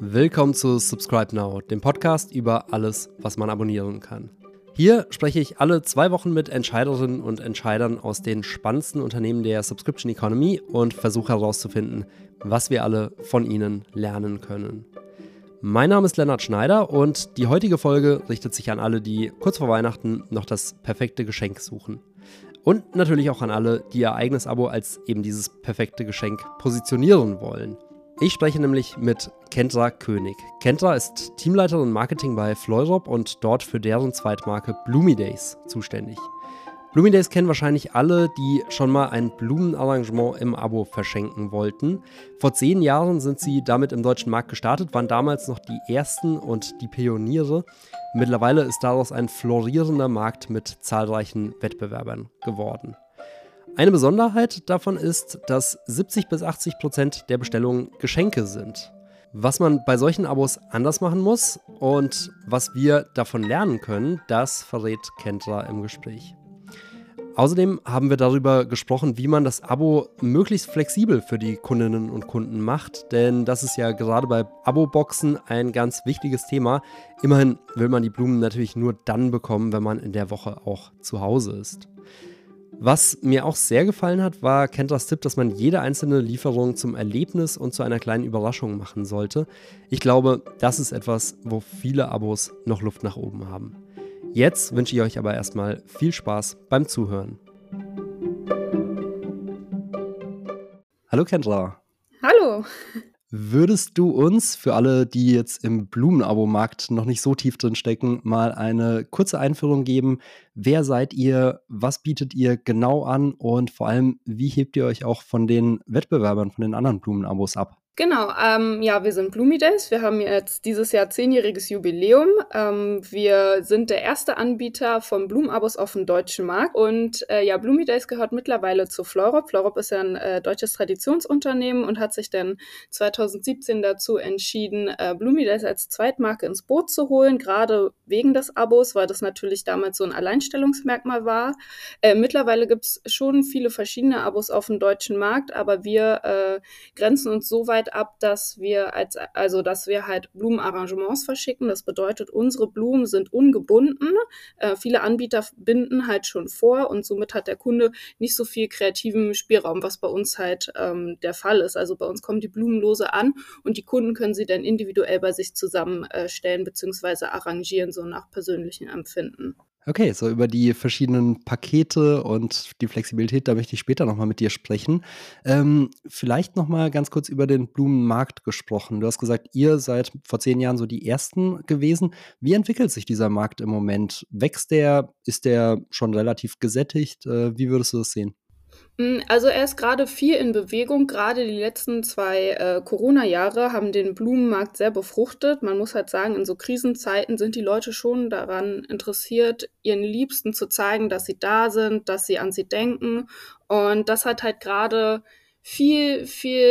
Willkommen zu Subscribe Now, dem Podcast über alles, was man abonnieren kann. Hier spreche ich alle 2 Wochen mit Entscheiderinnen und Entscheidern aus den spannendsten Unternehmen der Subscription Economy und versuche herauszufinden, was wir alle von ihnen lernen können. Mein Name ist Lennart Schneider und die heutige Folge richtet sich an alle, die kurz vor Weihnachten noch das perfekte Geschenk suchen. Und natürlich auch an alle, die ihr eigenes Abo als eben dieses perfekte Geschenk positionieren wollen. Ich spreche nämlich mit Kendra König. Kendra ist Teamleiterin Marketing bei Fleurop und dort für deren Zweitmarke Bloomidays zuständig. Bloomidays kennen wahrscheinlich alle, die schon mal ein Blumenarrangement im Abo verschenken wollten. Vor 10 Jahren sind sie damit im deutschen Markt gestartet, waren damals noch die ersten und die Pioniere. Mittlerweile ist daraus ein florierender Markt mit zahlreichen Wettbewerbern geworden. Eine Besonderheit davon ist, dass 70-80% der Bestellungen Geschenke sind. Was man bei solchen Abos anders machen muss und was wir davon lernen können, das verrät Kendra im Gespräch. Außerdem haben wir darüber gesprochen, wie man das Abo möglichst flexibel für die Kundinnen und Kunden macht, denn das ist ja gerade bei Abo-Boxen ein ganz wichtiges Thema. Immerhin will man die Blumen natürlich nur dann bekommen, wenn man in der Woche auch zu Hause ist. Was mir auch sehr gefallen hat, war Kendras Tipp, dass man jede einzelne Lieferung zum Erlebnis und zu einer kleinen Überraschung machen sollte. Ich glaube, das ist etwas, wo viele Abos noch Luft nach oben haben. Jetzt wünsche ich euch aber erstmal viel Spaß beim Zuhören. Hallo Kendra. Hallo. Würdest du uns, für alle, die jetzt im Blumenabo-Markt noch nicht so tief drin stecken, mal eine kurze Einführung geben? Wer seid ihr? Was bietet ihr genau an? Und vor allem, wie hebt ihr euch auch von den Wettbewerbern, von den anderen Blumenabos ab? Genau, wir sind Bloomidays. Wir haben jetzt dieses Jahr 10-jähriges Jubiläum. Wir sind der erste Anbieter von Blumenabos auf dem deutschen Markt. Und Bloomidays gehört mittlerweile zu Fleurop. Fleurop ist ja ein deutsches Traditionsunternehmen und hat sich dann 2017 dazu entschieden, Bloomidays als Zweitmarke ins Boot zu holen, gerade wegen des Abos, weil das natürlich damals so ein Alleinstellungsmerkmal war. Mittlerweile gibt es schon viele verschiedene Abos auf dem deutschen Markt, aber wir grenzen uns so weit ab, dass wir halt Blumenarrangements verschicken. Das bedeutet, unsere Blumen sind ungebunden. Viele Anbieter binden halt schon vor und somit hat der Kunde nicht so viel kreativen Spielraum, was bei uns halt der Fall ist. Also bei uns kommen die Blumen lose an und die Kunden können sie dann individuell bei sich zusammenstellen bzw. arrangieren, so nach persönlichem Empfinden. Okay, so über die verschiedenen Pakete und die Flexibilität, da möchte ich später nochmal mit dir sprechen. Vielleicht nochmal ganz kurz über den Blumenmarkt gesprochen. Du hast gesagt, ihr seid vor 10 Jahren so die Ersten gewesen. Wie entwickelt sich dieser Markt im Moment? Wächst der? Ist der schon relativ gesättigt? Wie würdest du das sehen? Also er ist gerade viel in Bewegung. Gerade die letzten 2 Corona-Jahre haben den Blumenmarkt sehr befruchtet. Man muss halt sagen, in so Krisenzeiten sind die Leute schon daran interessiert, ihren Liebsten zu zeigen, dass sie da sind, dass sie an sie denken. Und das hat halt gerade viel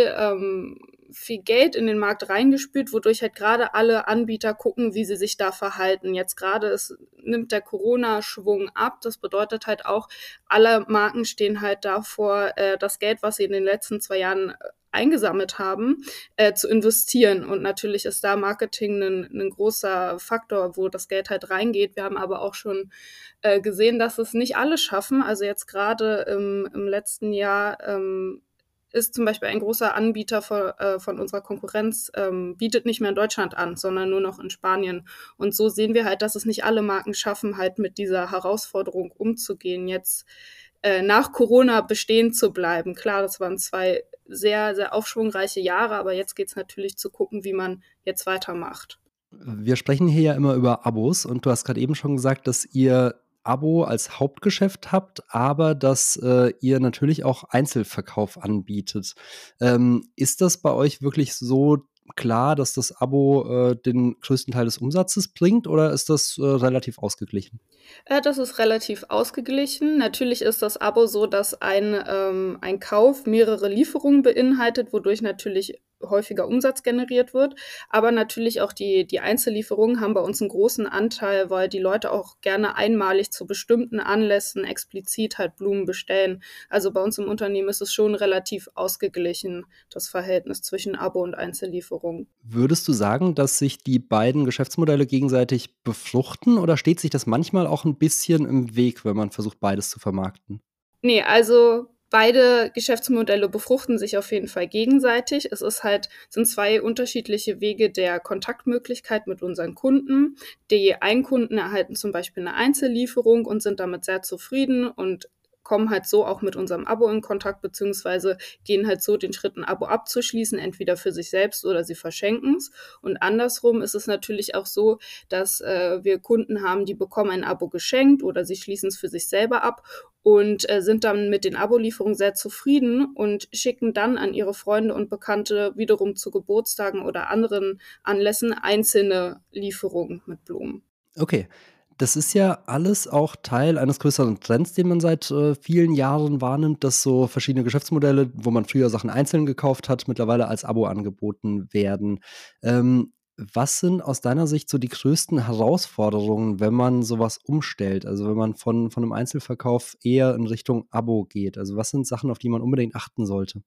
Geld in den Markt reingespült, wodurch halt gerade alle Anbieter gucken, wie sie sich da verhalten. Jetzt gerade nimmt der Corona-Schwung ab. Das bedeutet halt auch, alle Marken stehen halt davor, das Geld, was sie in den letzten 2 Jahren eingesammelt haben, zu investieren. Und natürlich ist da Marketing ein großer Faktor, wo das Geld halt reingeht. Wir haben aber auch schon gesehen, dass es nicht alle schaffen. Also jetzt gerade im letzten Jahr ist zum Beispiel ein großer Anbieter von unserer Konkurrenz, bietet nicht mehr in Deutschland an, sondern nur noch in Spanien. Und so sehen wir halt, dass es nicht alle Marken schaffen, halt mit dieser Herausforderung umzugehen, jetzt nach Corona bestehen zu bleiben. Klar, das waren 2 sehr, sehr aufschwungreiche Jahre, aber jetzt geht es natürlich zu gucken, wie man jetzt weitermacht. Wir sprechen hier ja immer über Abos und du hast gerade eben schon gesagt, dass ihr Abo als Hauptgeschäft habt, aber dass ihr natürlich auch Einzelverkauf anbietet. Ist das bei euch wirklich so klar, dass das Abo den größten Teil des Umsatzes bringt oder ist das relativ ausgeglichen? Das ist relativ ausgeglichen. Natürlich ist das Abo so, dass ein Kauf mehrere Lieferungen beinhaltet, wodurch natürlich häufiger Umsatz generiert wird. Aber natürlich auch die Einzellieferungen haben bei uns einen großen Anteil, weil die Leute auch gerne einmalig zu bestimmten Anlässen explizit halt Blumen bestellen. Also bei uns im Unternehmen ist es schon relativ ausgeglichen, das Verhältnis zwischen Abo und Einzellieferung. Würdest du sagen, dass sich die beiden Geschäftsmodelle gegenseitig befruchten oder steht sich das manchmal auch ein bisschen im Weg, wenn man versucht, beides zu vermarkten? Nee, also beide Geschäftsmodelle befruchten sich auf jeden Fall gegenseitig. Sind zwei unterschiedliche Wege der Kontaktmöglichkeit mit unseren Kunden. Die einen Kunden erhalten zum Beispiel eine Einzellieferung und sind damit sehr zufrieden und kommen halt so auch mit unserem Abo in Kontakt, beziehungsweise gehen halt so den Schritt, ein Abo abzuschließen, entweder für sich selbst oder sie verschenken es. Und andersrum ist es natürlich auch so, dass wir Kunden haben, die bekommen ein Abo geschenkt oder sie schließen es für sich selber ab und sind dann mit den Abolieferungen sehr zufrieden und schicken dann an ihre Freunde und Bekannte wiederum zu Geburtstagen oder anderen Anlässen einzelne Lieferungen mit Blumen. Okay. Das ist ja alles auch Teil eines größeren Trends, den man seit, vielen Jahren wahrnimmt, dass so verschiedene Geschäftsmodelle, wo man früher Sachen einzeln gekauft hat, mittlerweile als Abo angeboten werden. Was sind aus deiner Sicht so die größten Herausforderungen, wenn man sowas umstellt? Also, wenn man von 'nem Einzelverkauf eher in Richtung Abo geht? Also, was sind Sachen, auf die man unbedingt achten sollte?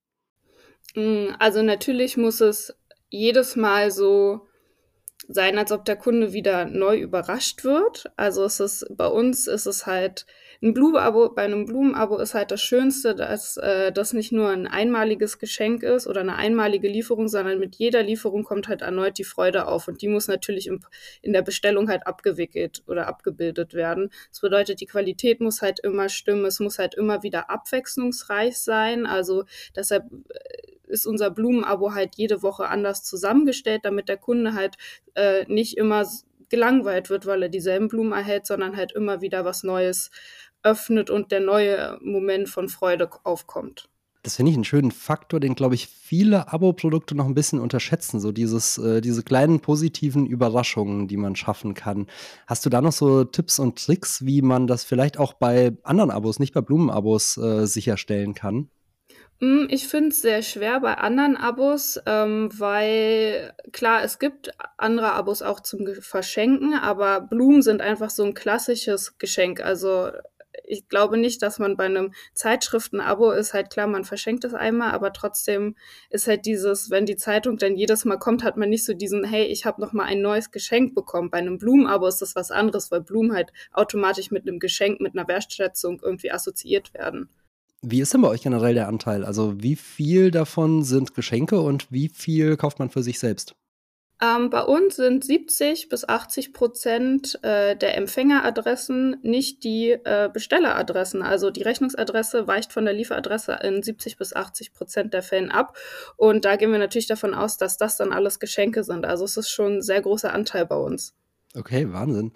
Also natürlich muss es jedes Mal so sein, als ob der Kunde wieder neu überrascht wird. Also bei uns ist es halt bei einem Blumenabo ist halt das Schönste, dass das nicht nur ein einmaliges Geschenk ist oder eine einmalige Lieferung, sondern mit jeder Lieferung kommt halt erneut die Freude auf und die muss natürlich in der Bestellung halt abgewickelt oder abgebildet werden. Das bedeutet, die Qualität muss halt immer stimmen, es muss halt immer wieder abwechslungsreich sein. Also deshalb ist unser Blumenabo halt jede Woche anders zusammengestellt, damit der Kunde halt nicht immer gelangweilt wird, weil er dieselben Blumen erhält, sondern halt immer wieder was Neues öffnet und der neue Moment von Freude aufkommt. Das finde ich 'n schönen Faktor, den, glaube ich, viele Abo-Produkte noch 'n bisschen unterschätzen, so diese kleinen positiven Überraschungen, die man schaffen kann. Hast du da noch so Tipps und Tricks, wie man das vielleicht auch bei anderen Abos, nicht bei Blumenabos, sicherstellen kann? Ich finde es sehr schwer bei anderen Abos, weil klar, es gibt andere Abos auch zum Verschenken, aber Blumen sind einfach so ein klassisches Geschenk. Also, ich glaube nicht, dass man bei einem Zeitschriften-Abo ist halt klar, man verschenkt es einmal, aber trotzdem ist halt wenn die Zeitung dann jedes Mal kommt, hat man nicht so diesen: „Hey, ich habe noch mal ein neues Geschenk bekommen.“ Bei einem Blumenabo ist das was anderes, weil Blumen halt automatisch mit einem Geschenk, mit einer Wertschätzung irgendwie assoziiert werden. Wie ist denn bei euch generell der Anteil? Also, wie viel davon sind Geschenke und wie viel kauft man für sich selbst? Bei uns sind 70 bis 80% der Empfängeradressen nicht die Bestelleradressen. Also die Rechnungsadresse weicht von der Lieferadresse in 70 bis 80% der Fällen ab. Und da gehen wir natürlich davon aus, dass das dann alles Geschenke sind. Also es ist schon ein sehr großer Anteil bei uns. Okay, Wahnsinn.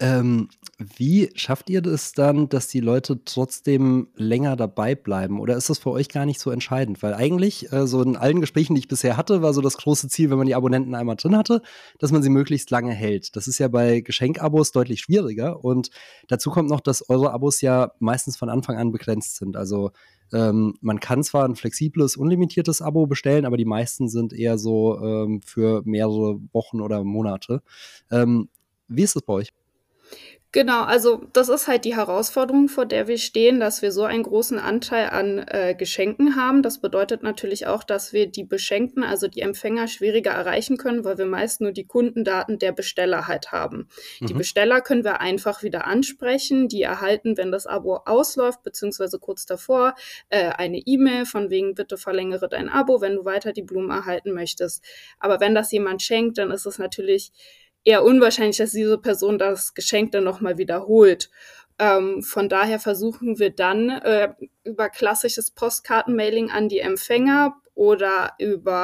Wie schafft ihr das dann, dass die Leute trotzdem länger dabei bleiben? Oder ist das für euch gar nicht so entscheidend? Weil eigentlich, so in allen Gesprächen, die ich bisher hatte, war so das große Ziel, wenn man die Abonnenten einmal drin hatte, dass man sie möglichst lange hält. Das ist ja bei Geschenkabos deutlich schwieriger. Und dazu kommt noch, dass eure Abos ja meistens von Anfang an begrenzt sind. Also man kann zwar ein flexibles, unlimitiertes Abo bestellen, aber die meisten sind eher so für mehrere Wochen oder Monate. Ähm, Wie ist es bei euch? Genau, also das ist halt die Herausforderung, vor der wir stehen, dass wir so einen großen Anteil an Geschenken haben. Das bedeutet natürlich auch, dass wir die Beschenkten, also die Empfänger, schwieriger erreichen können, weil wir meist nur die Kundendaten der Besteller halt haben. Die Mhm. Besteller können wir einfach wieder ansprechen. Die erhalten, wenn das Abo ausläuft, beziehungsweise kurz davor, eine E-Mail von wegen, bitte verlängere dein Abo, wenn du weiter die Blumen erhalten möchtest. Aber wenn das jemand schenkt, dann ist es natürlich eher unwahrscheinlich, dass diese Person das Geschenk dann noch mal wiederholt. Von daher versuchen wir dann über klassisches Postkartenmailing an die Empfänger oder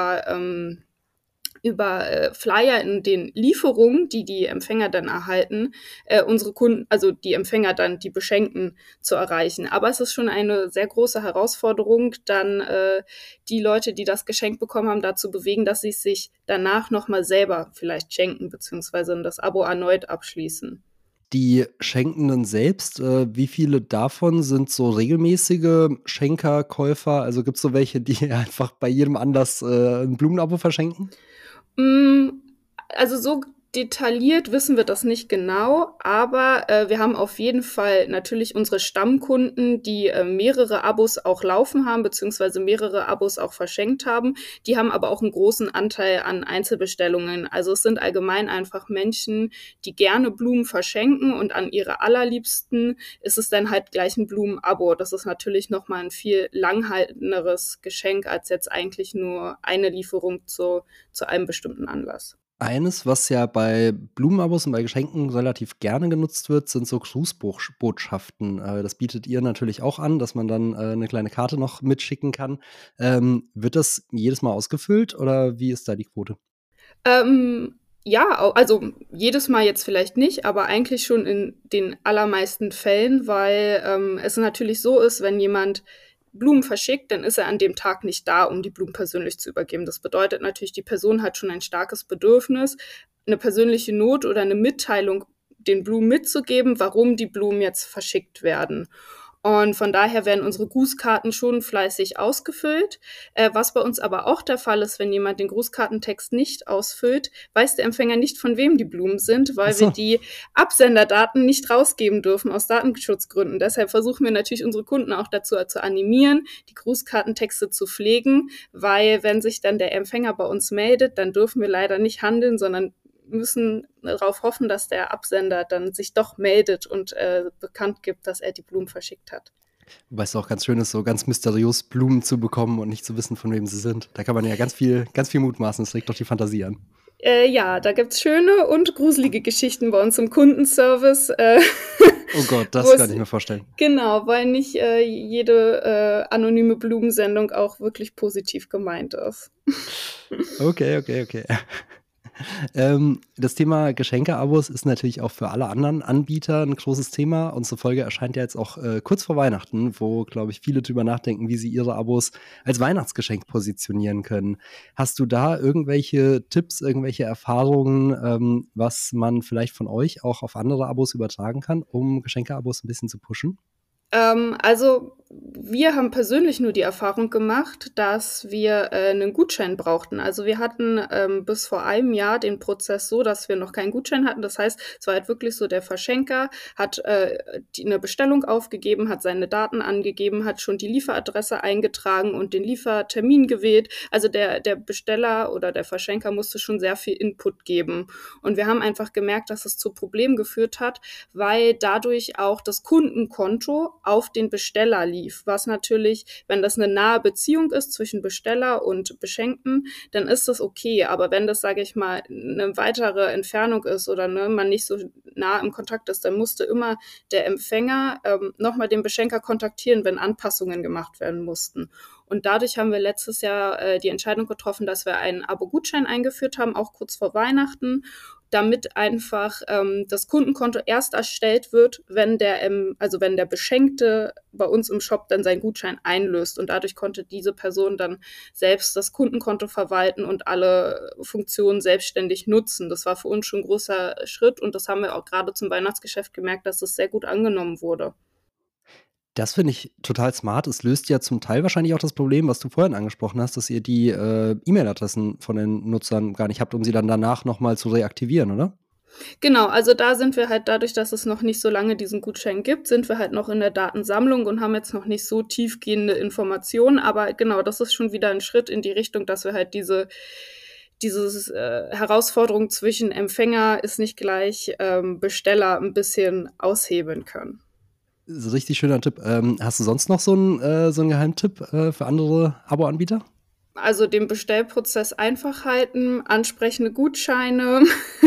über Flyer in den Lieferungen, die die Empfänger dann erhalten, unsere Kunden, also die Empfänger dann, die Beschenkten, zu erreichen. Aber es ist schon eine sehr große Herausforderung, dann die Leute, die das Geschenk bekommen haben, dazu bewegen, dass sie es sich danach nochmal selber vielleicht schenken, beziehungsweise das Abo erneut abschließen. Die Schenkenden selbst, wie viele davon sind so regelmäßige Schenker, Käufer? Also, gibt's so welche, die einfach bei jedem Anlass, 'n Blumenabo verschenken? Hm, also so detailliert wissen wir das nicht genau, aber, wir haben auf jeden Fall natürlich unsere Stammkunden, die, mehrere Abos auch laufen haben, beziehungsweise mehrere Abos auch verschenkt haben. Die haben aber auch einen großen Anteil an Einzelbestellungen. Also, es sind allgemein einfach Menschen, die gerne Blumen verschenken und an ihre Allerliebsten ist es dann halt gleich ein Blumenabo. Das ist natürlich noch mal 'n viel langhaltenderes Geschenk als jetzt eigentlich nur eine Lieferung zu einem bestimmten Anlass. Eines, was ja bei Blumenabos und bei Geschenken relativ gerne genutzt wird, sind so Grußbotschaften. Das bietet ihr natürlich auch an, dass man dann, 'ne kleine Karte noch mitschicken kann. Wird das jedes Mal ausgefüllt oder wie ist da die Quote? Ja, also jedes Mal jetzt vielleicht nicht, aber eigentlich schon in den allermeisten Fällen, weil, es natürlich so ist, wenn jemand Blumen verschickt, dann ist er an dem Tag nicht da, um die Blumen persönlich zu übergeben. Das bedeutet natürlich, die Person hat schon ein starkes Bedürfnis, eine persönliche Not oder eine Mitteilung den Blumen mitzugeben, warum die Blumen jetzt verschickt werden. Und von daher werden unsere Grußkarten schon fleißig ausgefüllt. Was bei uns aber auch der Fall ist, wenn jemand den Grußkartentext nicht ausfüllt, weiß der Empfänger nicht, von wem die Blumen sind, Ach weil wir so. die Absenderdaten nicht rausgeben dürfen aus Datenschutzgründen. Deshalb versuchen wir natürlich unsere Kunden auch dazu zu animieren, die Grußkartentexte zu pflegen, weil wenn sich dann der Empfänger bei uns meldet, dann dürfen wir leider nicht handeln, sondern müssen darauf hoffen, dass der Absender dann sich doch meldet und bekannt gibt, dass er die Blumen verschickt hat. Wobei es auch ganz schön ist, so ganz mysteriös Blumen zu bekommen und nicht zu wissen, von wem sie sind. Da kann man ja ganz viel mutmaßen. Das regt doch die Fantasie an. Ja, da gibt's schöne und gruselige Geschichten bei uns im Kundenservice, Oh Gott, wo das kann es ich mir vorstellen. genau, weil nicht jede anonyme Blumensendung auch wirklich positiv gemeint ist. Okay, okay, okay. Das Thema Geschenkeabos ist natürlich auch für alle anderen Anbieter ein großes Thema. Unsere Folge erscheint ja jetzt auch, kurz vor Weihnachten, wo, glaube ich, viele drüber nachdenken, wie sie ihre Abos als Weihnachtsgeschenk positionieren können. Hast du da irgendwelche Tipps, irgendwelche Erfahrungen, was man vielleicht von euch auch auf andere Abos übertragen kann, um Geschenkeabos ein bisschen zu pushen? Also, wir haben persönlich nur die Erfahrung gemacht, dass wir, 'nen Gutschein brauchten. Also, wir hatten, bis vor einem Jahr den Prozess so, dass wir noch keinen Gutschein hatten. Das heißt, es war halt wirklich so, der Verschenker hat, die 'ne Bestellung aufgegeben, hat seine Daten angegeben, hat schon die Lieferadresse eingetragen und den Liefertermin gewählt. Also, der Besteller oder der Verschenker musste schon sehr viel Input geben. Und wir haben einfach gemerkt, dass es zu Problemen geführt hat, weil dadurch auch das Kundenkonto auf den Besteller lief, was natürlich, wenn das eine nahe Beziehung ist zwischen Besteller und Beschenkten, dann ist das okay. Aber wenn das, sage ich mal, eine weitere Entfernung ist oder ne, man nicht so nah im Kontakt ist, dann musste immer der Empfänger noch mal den Beschenker kontaktieren, wenn Anpassungen gemacht werden mussten. Und dadurch haben wir letztes Jahr die Entscheidung getroffen, dass wir einen Abo-Gutschein eingeführt haben, auch kurz vor Weihnachten, damit einfach das Kundenkonto erst erstellt wird, wenn wenn der Beschenkte bei uns im Shop dann seinen Gutschein einlöst. Und dadurch konnte diese Person dann selbst das Kundenkonto verwalten und alle Funktionen selbstständig nutzen. Das war für uns schon ein großer Schritt und das haben wir auch gerade zum Weihnachtsgeschäft gemerkt, dass es sehr gut angenommen wurde. Das finde ich total smart. Es löst ja zum Teil wahrscheinlich auch das Problem, was du vorhin angesprochen hast, dass ihr die, E-Mail-Adressen von den Nutzern gar nicht habt, um sie dann danach noch mal zu reaktivieren, oder? Genau, also da sind wir halt dadurch, dass es noch nicht so lange diesen Gutschein gibt, sind wir halt noch in der Datensammlung und haben jetzt noch nicht so tiefgehende Informationen. Aber genau, das ist schon wieder ein Schritt in die Richtung, dass wir halt dieses Herausforderung zwischen Empfänger ist nicht gleich Besteller ein bisschen aushebeln können. So richtig schöner Tipp. Hast du sonst noch so 'n Geheimtipp, für andere Abo-Anbieter? Also den Bestellprozess einfach halten, ansprechende Gutscheine.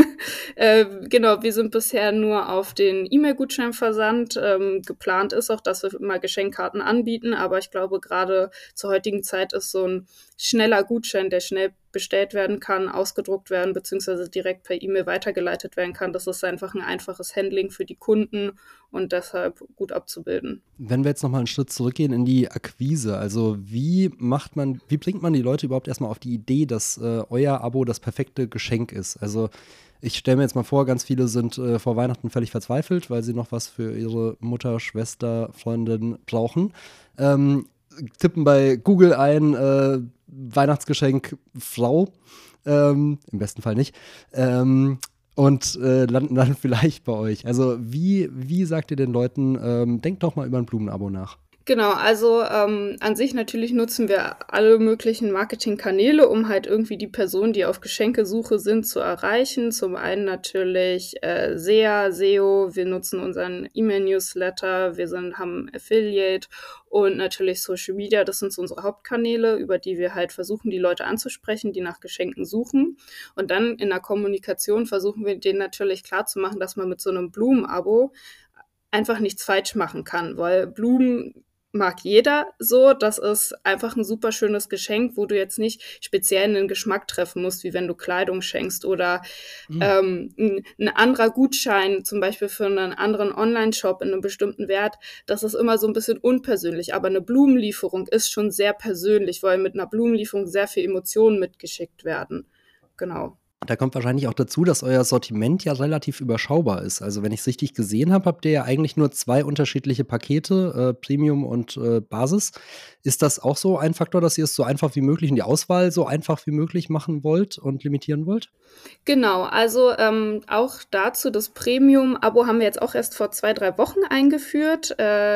Genau, wir sind bisher nur auf den E-Mail-Gutscheinversand. Geplant ist auch, dass wir immer Geschenkkarten anbieten, aber ich glaube, gerade zur heutigen Zeit ist so ein schneller Gutschein, der schnell bestellt werden kann, ausgedruckt werden, beziehungsweise direkt per E-Mail weitergeleitet werden kann. Das ist einfach ein einfaches Handling für die Kunden und deshalb gut abzubilden. Wenn wir jetzt nochmal einen Schritt zurückgehen in die Akquise, also wie bringt man die Leute überhaupt erstmal auf die Idee, dass euer Abo das perfekte Geschenk ist? Also ich stelle mir jetzt mal vor, ganz viele sind vor Weihnachten völlig verzweifelt, weil sie noch was für ihre Mutter, Schwester, Freundin brauchen. Tippen bei Google ein Weihnachtsgeschenk Frau, im besten Fall nicht, und landen dann vielleicht bei euch. Also wie sagt ihr den Leuten, denkt doch mal über ein Blumenabo nach? Genau, also an sich natürlich nutzen wir alle möglichen Marketingkanäle, um halt irgendwie die Personen, die auf Geschenkesuche sind, zu erreichen. Zum einen natürlich SEA, SEO, wir nutzen unseren E-Mail-Newsletter, haben Affiliate und natürlich Social Media. Das sind so unsere Hauptkanäle, über die wir halt versuchen, die Leute anzusprechen, die nach Geschenken suchen. Und dann in der Kommunikation versuchen wir denen natürlich klarzumachen, dass man mit so einem Blumenabo einfach nichts falsch machen kann, weil Blumen mag jeder so. Das ist einfach ein super schönes Geschenk, wo du jetzt nicht speziell einen Geschmack treffen musst, wie wenn du Kleidung schenkst oder ein anderer Gutschein, zum Beispiel für einen anderen Online-Shop in einem bestimmten Wert. Das ist immer so ein bisschen unpersönlich. Aber eine Blumenlieferung ist schon sehr persönlich, weil mit einer Blumenlieferung sehr viel Emotionen mitgeschickt werden. Genau. Da kommt wahrscheinlich auch dazu, dass euer Sortiment ja relativ überschaubar ist. Also wenn ich es richtig gesehen habe, habt ihr ja eigentlich nur 2 unterschiedliche Pakete, Premium und Basis. Ist das auch so ein Faktor, dass ihr es so einfach wie möglich und die Auswahl so einfach wie möglich machen wollt und limitieren wollt? Genau, also auch dazu, das Premium-Abo haben wir jetzt auch erst vor 2, 3 Wochen eingeführt.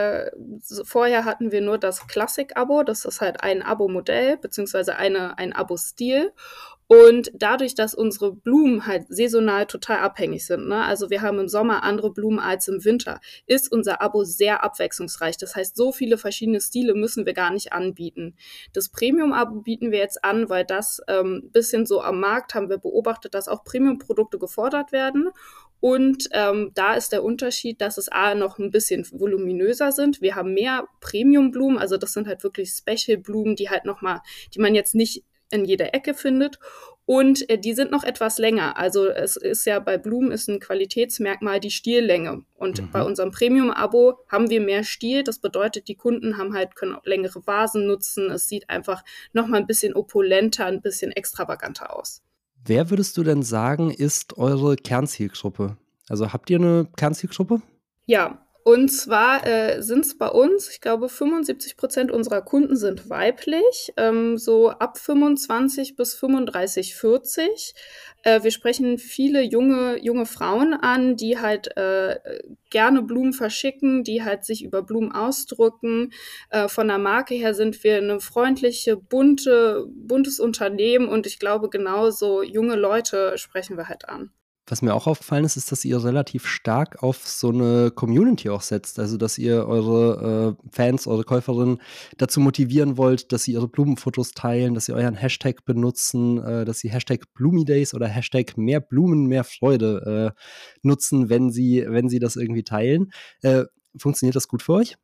Vorher hatten wir nur das Classic-Abo, das ist halt ein Abo-Modell, beziehungsweise ein Abo-Stil. Und dadurch, dass unsere Blumen halt saisonal total abhängig sind, ne? Also wir haben im Sommer andere Blumen als im Winter, ist unser Abo sehr abwechslungsreich. Das heißt, so viele verschiedene Stile müssen wir gar nicht anbieten. Das Premium-Abo bieten wir jetzt an, weil das bisschen so am Markt haben wir beobachtet, dass auch Premium-Produkte gefordert werden. Und da ist der Unterschied, dass es noch ein bisschen voluminöser sind. Wir haben mehr Premium-Blumen, also das sind halt wirklich Special-Blumen, die halt die man jetzt nicht in jeder Ecke findet. Und die sind noch etwas länger. Also es ist ja bei Blumen ist ein Qualitätsmerkmal die Stiellänge. Und bei unserem Premium-Abo haben wir mehr Stiel. Das bedeutet, die Kunden können auch längere Vasen nutzen. Es sieht einfach noch mal ein bisschen opulenter, ein bisschen extravaganter aus. Wer würdest du denn sagen, ist eure Kernzielgruppe? Also habt ihr eine Kernzielgruppe? Ja, und zwar sind es bei uns, ich glaube, 75% unserer Kunden sind weiblich, so ab 25 bis 35, 40. Wir sprechen viele junge Frauen an, die halt gerne Blumen verschicken, die halt sich über Blumen ausdrücken. Von der Marke her sind wir eine freundliche, buntes Unternehmen und ich glaube, genauso junge Leute sprechen wir halt an. Was mir auch aufgefallen ist, ist, dass ihr relativ stark auf so eine Community auch setzt. Also, dass ihr eure Fans, eure Käuferinnen dazu motivieren wollt, dass sie ihre Blumenfotos teilen, dass sie euren Hashtag benutzen, dass sie Hashtag Bloomidays oder Hashtag mehr Blumen, mehr Freude nutzen, wenn sie das irgendwie teilen. Funktioniert das gut für euch?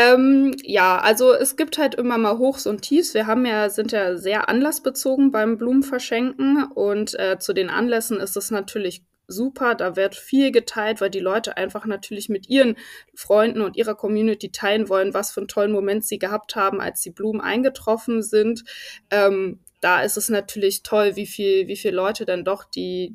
Ja, also es gibt halt immer mal Hochs und Tiefs. Sind ja sehr anlassbezogen beim Blumenverschenken und zu den Anlässen ist es natürlich super. Da wird viel geteilt, weil die Leute einfach natürlich mit ihren Freunden und ihrer Community teilen wollen, was für einen tollen Moment sie gehabt haben, als die Blumen eingetroffen sind. Da ist es natürlich toll, wie viel Leute dann doch die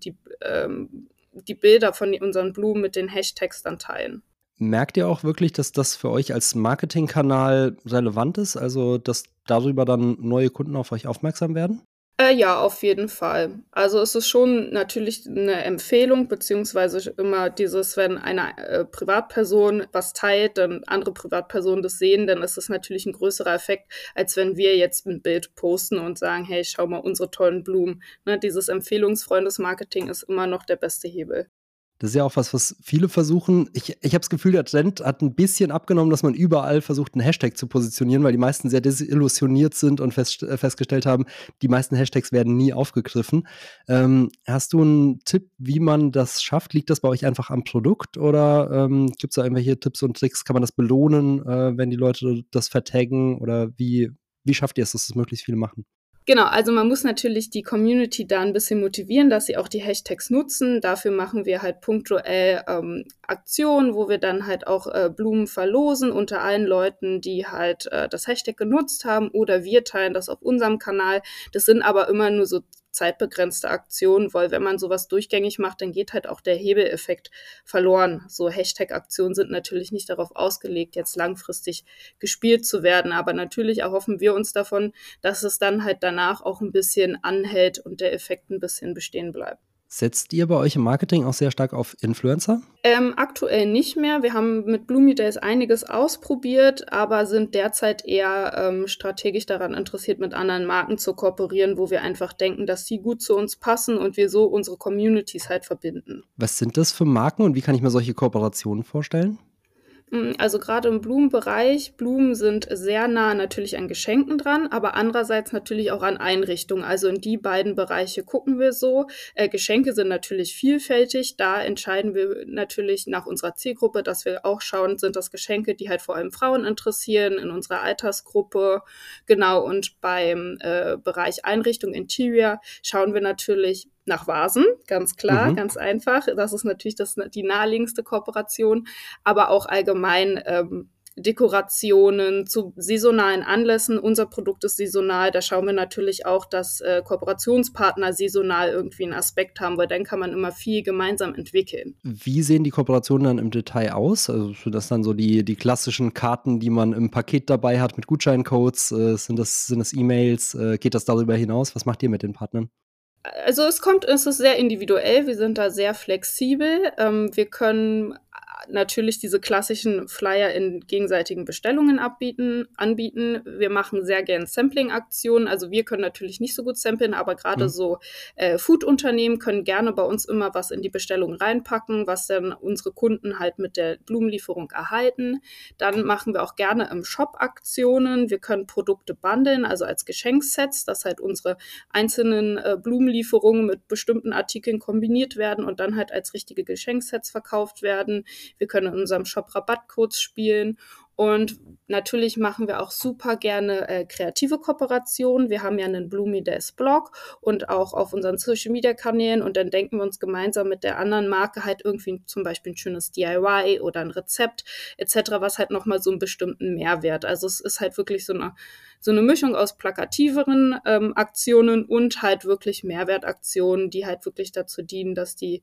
Bilder von unseren Blumen mit den Hashtags dann teilen. Merkt ihr auch wirklich, dass das für euch als Marketingkanal relevant ist? Also, dass darüber dann neue Kunden auf euch aufmerksam werden? Ja, auf jeden Fall. Also es ist schon natürlich eine Empfehlung, beziehungsweise immer dieses, wenn eine Privatperson was teilt, dann andere Privatpersonen das sehen, dann ist es natürlich ein größerer Effekt, als wenn wir jetzt ein Bild posten und sagen: „Hey, schau mal unsere tollen Blumen." Ne, dieses Empfehlungsfreundesmarketing ist immer noch der beste Hebel. Das ist ja auch was viele versuchen. Ich habe das Gefühl, der Trend hat ein bisschen abgenommen, dass man überall versucht, 'n Hashtag zu positionieren, weil die meisten sehr desillusioniert sind und festgestellt haben, die meisten Hashtags werden nie aufgegriffen. Hast du 'n Tipp, wie man das schafft? Liegt das bei euch einfach am Produkt oder, gibt's da irgendwelche Tipps und Tricks? Kann man das belohnen, wenn die Leute das vertaggen oder wie schafft ihr es, dass das möglichst viele machen? Genau, also man muss natürlich die Community da ein bisschen motivieren, dass sie auch die Hashtags nutzen. Dafür machen wir halt punktuell Aktionen, wo wir dann halt auch Blumen verlosen unter allen Leuten, die halt das Hashtag genutzt haben, oder wir teilen das auf unserem Kanal. Das sind aber immer nur so zeitbegrenzte Aktionen, weil wenn man sowas durchgängig macht, dann geht halt auch der Hebeleffekt verloren. So Hashtag-Aktionen sind natürlich nicht darauf ausgelegt, jetzt langfristig gespielt zu werden, aber natürlich erhoffen wir uns davon, dass es dann halt danach auch ein bisschen anhält und der Effekt ein bisschen bestehen bleibt. Setzt ihr bei euch im Marketing auch sehr stark auf Influencer? Aktuell nicht mehr. Wir haben mit Bloomy Days einiges ausprobiert, aber sind derzeit eher strategisch daran interessiert, mit anderen Marken zu kooperieren, wo wir einfach denken, dass sie gut zu uns passen und wir so unsere Communities halt verbinden. Was sind das für Marken und wie kann ich mir solche Kooperationen vorstellen? Also gerade im Blumenbereich, Blumen sind sehr nah natürlich an Geschenken dran, aber andererseits natürlich auch an Einrichtungen. Also in die beiden Bereiche gucken wir so. Geschenke sind natürlich vielfältig. Da entscheiden wir natürlich nach unserer Zielgruppe, dass wir auch schauen, sind das Geschenke, die halt vor allem Frauen interessieren, in unserer Altersgruppe. Genau, und beim Bereich Einrichtung, Interior, schauen wir natürlich nach Vasen, ganz klar, ganz einfach. Das ist natürlich die naheliegendste Kooperation, aber auch allgemein Dekorationen zu saisonalen Anlässen. Unser Produkt ist saisonal, da schauen wir natürlich auch, dass Kooperationspartner saisonal irgendwie einen Aspekt haben, weil dann kann man immer viel gemeinsam entwickeln. Wie sehen die Kooperationen dann im Detail aus? Also sind das dann so die klassischen Karten, die man im Paket dabei hat mit Gutscheincodes? Sind das E-Mails? Geht das darüber hinaus? Was macht ihr mit den Partnern? Also es ist sehr individuell, wir sind da sehr flexibel. Wir können natürlich diese klassischen Flyer in gegenseitigen Bestellungen anbieten. Wir machen sehr gern Sampling-Aktionen. Also wir können natürlich nicht so gut samplen, aber gerade so Food-Unternehmen können gerne bei uns immer was in die Bestellung reinpacken, was dann unsere Kunden halt mit der Blumenlieferung erhalten. Dann machen wir auch gerne im Shop Aktionen. Wir können Produkte bundeln, also als Geschenksets, dass halt unsere einzelnen Blumenlieferungen mit bestimmten Artikeln kombiniert werden und dann halt als richtige Geschenksets verkauft werden. Wir können in unserem Shop Rabattcodes spielen und natürlich machen wir auch super gerne kreative Kooperationen. Wir haben ja einen Bloomy Days Blog und auch auf unseren Social Media Kanälen und dann denken wir uns gemeinsam mit der anderen Marke halt irgendwie zum Beispiel ein schönes DIY oder ein Rezept etc., was halt nochmal so einen bestimmten Mehrwert. Also es ist halt wirklich so eine Mischung aus plakativeren Aktionen und halt wirklich Mehrwertaktionen, die halt wirklich dazu dienen, dass die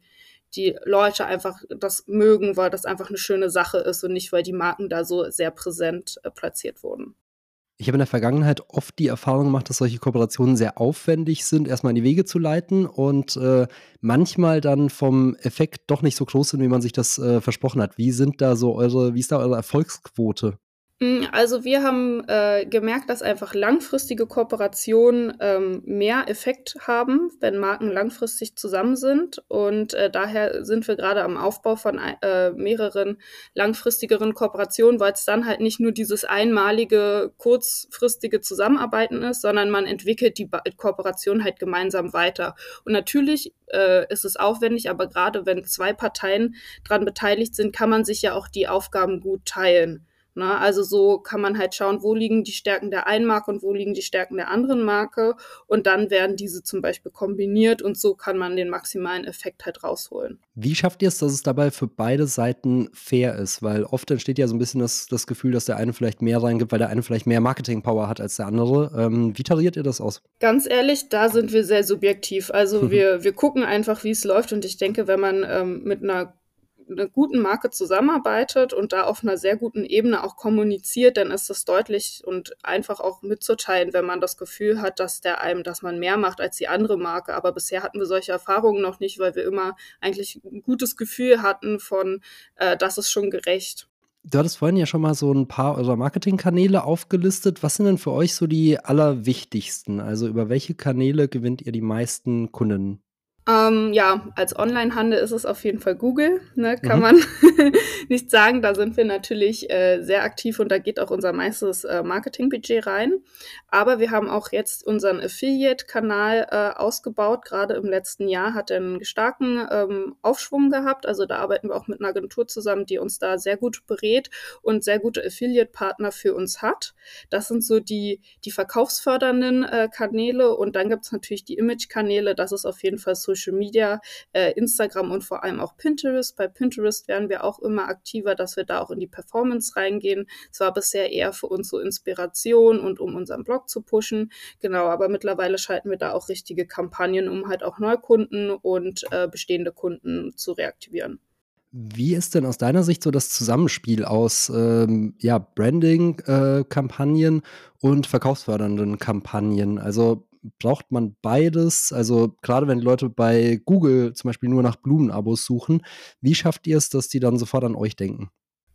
Leute einfach das mögen, weil das einfach eine schöne Sache ist und nicht, weil die Marken da so sehr präsent platziert wurden. Ich habe in der Vergangenheit oft die Erfahrung gemacht, dass solche Kooperationen sehr aufwendig sind, erstmal in die Wege zu leiten und manchmal dann vom Effekt doch nicht so groß sind, wie man sich das versprochen hat. Wie ist da eure Erfolgsquote? Also wir haben gemerkt, dass einfach langfristige Kooperationen mehr Effekt haben, wenn Marken langfristig zusammen sind. Und daher sind wir gerade am Aufbau von mehreren langfristigeren Kooperationen, weil es dann halt nicht nur dieses einmalige, kurzfristige Zusammenarbeiten ist, sondern man entwickelt die Kooperation halt gemeinsam weiter. Und natürlich ist es aufwendig, aber gerade wenn zwei Parteien dran beteiligt sind, kann man sich ja auch die Aufgaben gut teilen. Na, also so kann man halt schauen, wo liegen die Stärken der einen Marke und wo liegen die Stärken der anderen Marke. Und dann werden diese zum Beispiel kombiniert und so kann man den maximalen Effekt halt rausholen. Wie schafft ihr es, dass es dabei für beide Seiten fair ist? Weil oft entsteht ja so ein bisschen das Gefühl, dass der eine vielleicht mehr reingibt, weil der eine vielleicht mehr Marketing-Power hat als der andere. Wie tariert ihr das aus? Ganz ehrlich, da sind wir sehr subjektiv. Also wir gucken einfach, wie es läuft. Und ich denke, wenn man mit einer guten Marke zusammenarbeitet und da auf einer sehr guten Ebene auch kommuniziert, dann ist das deutlich und einfach auch mitzuteilen, wenn man das Gefühl hat, dass man mehr macht als die andere Marke. Aber bisher hatten wir solche Erfahrungen noch nicht, weil wir immer eigentlich ein gutes Gefühl hatten von, das ist schon gerecht. Du hattest vorhin ja schon mal so ein paar eurer Marketingkanäle aufgelistet. Was sind denn für euch so die allerwichtigsten? Also über welche Kanäle gewinnt ihr die meisten Kunden? Ja, als Onlinehandel ist es auf jeden Fall Google, ne, kann Mhm. man nicht sagen. Da sind wir natürlich sehr aktiv und da geht auch unser meistes Marketingbudget rein. Aber wir haben auch jetzt unseren Affiliate-Kanal ausgebaut. Gerade im letzten Jahr hat er einen starken Aufschwung gehabt. Also da arbeiten wir auch mit einer Agentur zusammen, die uns da sehr gut berät und sehr gute Affiliate-Partner für uns hat. Das sind so die verkaufsfördernden Kanäle und dann gibt es natürlich die Image-Kanäle. Das ist auf jeden Fall Social Media, Instagram und vor allem auch Pinterest. Bei Pinterest werden wir auch immer aktiver, dass wir da auch in die Performance reingehen. Es war bisher eher für uns so Inspiration und um unseren Blog zu pushen. Genau, aber mittlerweile schalten wir da auch richtige Kampagnen, um halt auch Neukunden und bestehende Kunden zu reaktivieren. Wie ist denn aus deiner Sicht so das Zusammenspiel aus, ja, Branding-Kampagnen und verkaufsfördernden Kampagnen? Also, braucht man beides? Also, gerade wenn die Leute bei Google zum Beispiel nur nach Blumenabos suchen, wie schafft ihr es, dass die dann sofort an euch denken?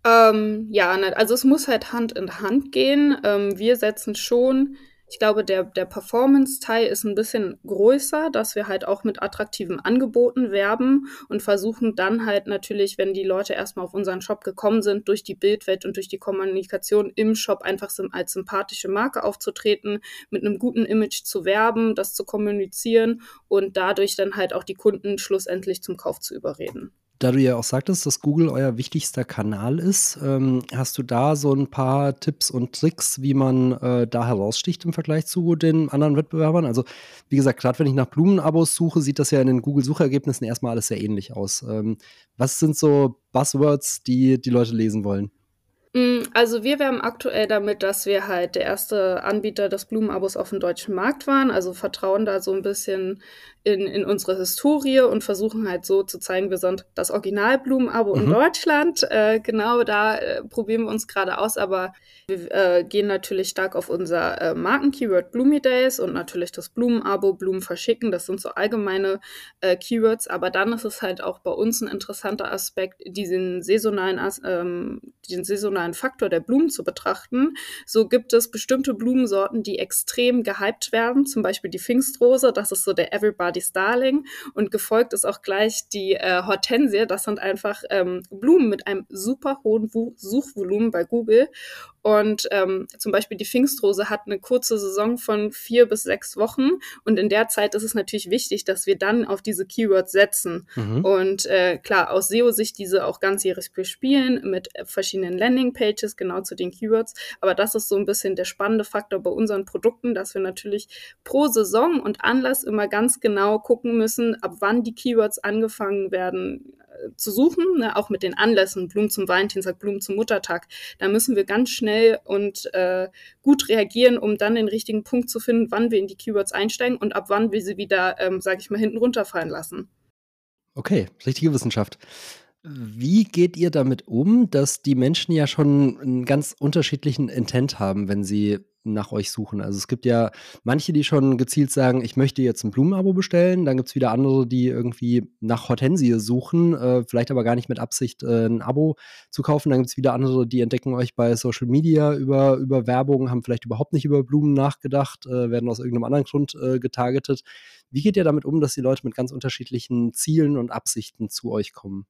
Ja, ne, also es muss halt Hand in Hand gehen. Wir setzen schon, ich glaube, der Performance-Teil ist ein bisschen größer, dass wir halt auch mit attraktiven Angeboten werben und versuchen dann halt natürlich, wenn die Leute erstmal auf unseren Shop gekommen sind, durch die Bildwelt und durch die Kommunikation im Shop einfach als sympathische Marke aufzutreten, mit einem guten Image zu werben, das zu kommunizieren und dadurch dann halt auch die Kunden schlussendlich zum Kauf zu überreden. Da du ja auch sagtest, dass Google euer wichtigster Kanal ist, hast du da so ein paar Tipps und Tricks, wie man, da heraussticht im Vergleich zu den anderen Wettbewerbern? Also, wie gesagt, gerade wenn ich nach Blumenabos suche, sieht das ja in den Google-Suchergebnissen erst mal alles sehr ähnlich aus. Was sind so Buzzwords, die die Leute lesen wollen? Also wir werben aktuell damit, dass wir halt der erste Anbieter des Blumenabos auf dem deutschen Markt waren, also vertrauen da so ein bisschen in unsere Historie und versuchen halt so zu zeigen, wir sind das Original-Blumenabo in Mhm. Deutschland. Genau, da probieren wir uns gerade aus, aber wir gehen natürlich stark auf unser Marken-Keyword Bloomy Days und natürlich das Blumenabo, Blumen verschicken. Das sind so allgemeine Keywords, aber dann ist es halt auch bei uns ein interessanter Aspekt, den saisonalen Faktor der Blumen zu betrachten. So gibt es bestimmte Blumensorten, die extrem gehypt werden, zum Beispiel die Pfingstrose, das ist so der Everybody's Darling und gefolgt ist auch gleich die Hortensie, das sind einfach Blumen mit einem super hohen Suchvolumen bei Google und zum Beispiel die Pfingstrose hat eine kurze Saison von 4 bis 6 Wochen und in der Zeit ist es natürlich wichtig, dass wir dann auf diese Keywords setzen. Mhm. Und klar, aus SEO-Sicht diese auch ganzjährig bespielen mit verschiedenen Landingpages genau zu den Keywords. Aber das ist so ein bisschen der spannende Faktor bei unseren Produkten, dass wir natürlich pro Saison und Anlass immer ganz genau gucken müssen, ab wann die Keywords angefangen werden zu suchen, ne, auch mit den Anlässen, Blumen zum Valentinstag, Blumen zum Muttertag. Da müssen wir ganz schnell und gut reagieren, um dann den richtigen Punkt zu finden, wann wir in die Keywords einsteigen und ab wann wir sie wieder, sage ich mal, hinten runterfallen lassen. Okay, richtige Wissenschaft. Wie geht ihr damit um, dass die Menschen ja schon einen ganz unterschiedlichen Intent haben, wenn sie nach euch suchen? Also, es gibt ja manche, die schon gezielt sagen: „Ich möchte jetzt ein Blumenabo bestellen.“ Dann gibt's wieder andere, die irgendwie nach Hortensie suchen, vielleicht aber gar nicht mit Absicht, 'n Abo zu kaufen. Dann gibt's wieder andere, die entdecken euch bei Social Media über Werbung, haben vielleicht überhaupt nicht über Blumen nachgedacht, werden aus irgendeinem anderen Grund, getargetet. Wie geht ihr damit um, dass die Leute mit ganz unterschiedlichen Zielen und Absichten zu euch kommen?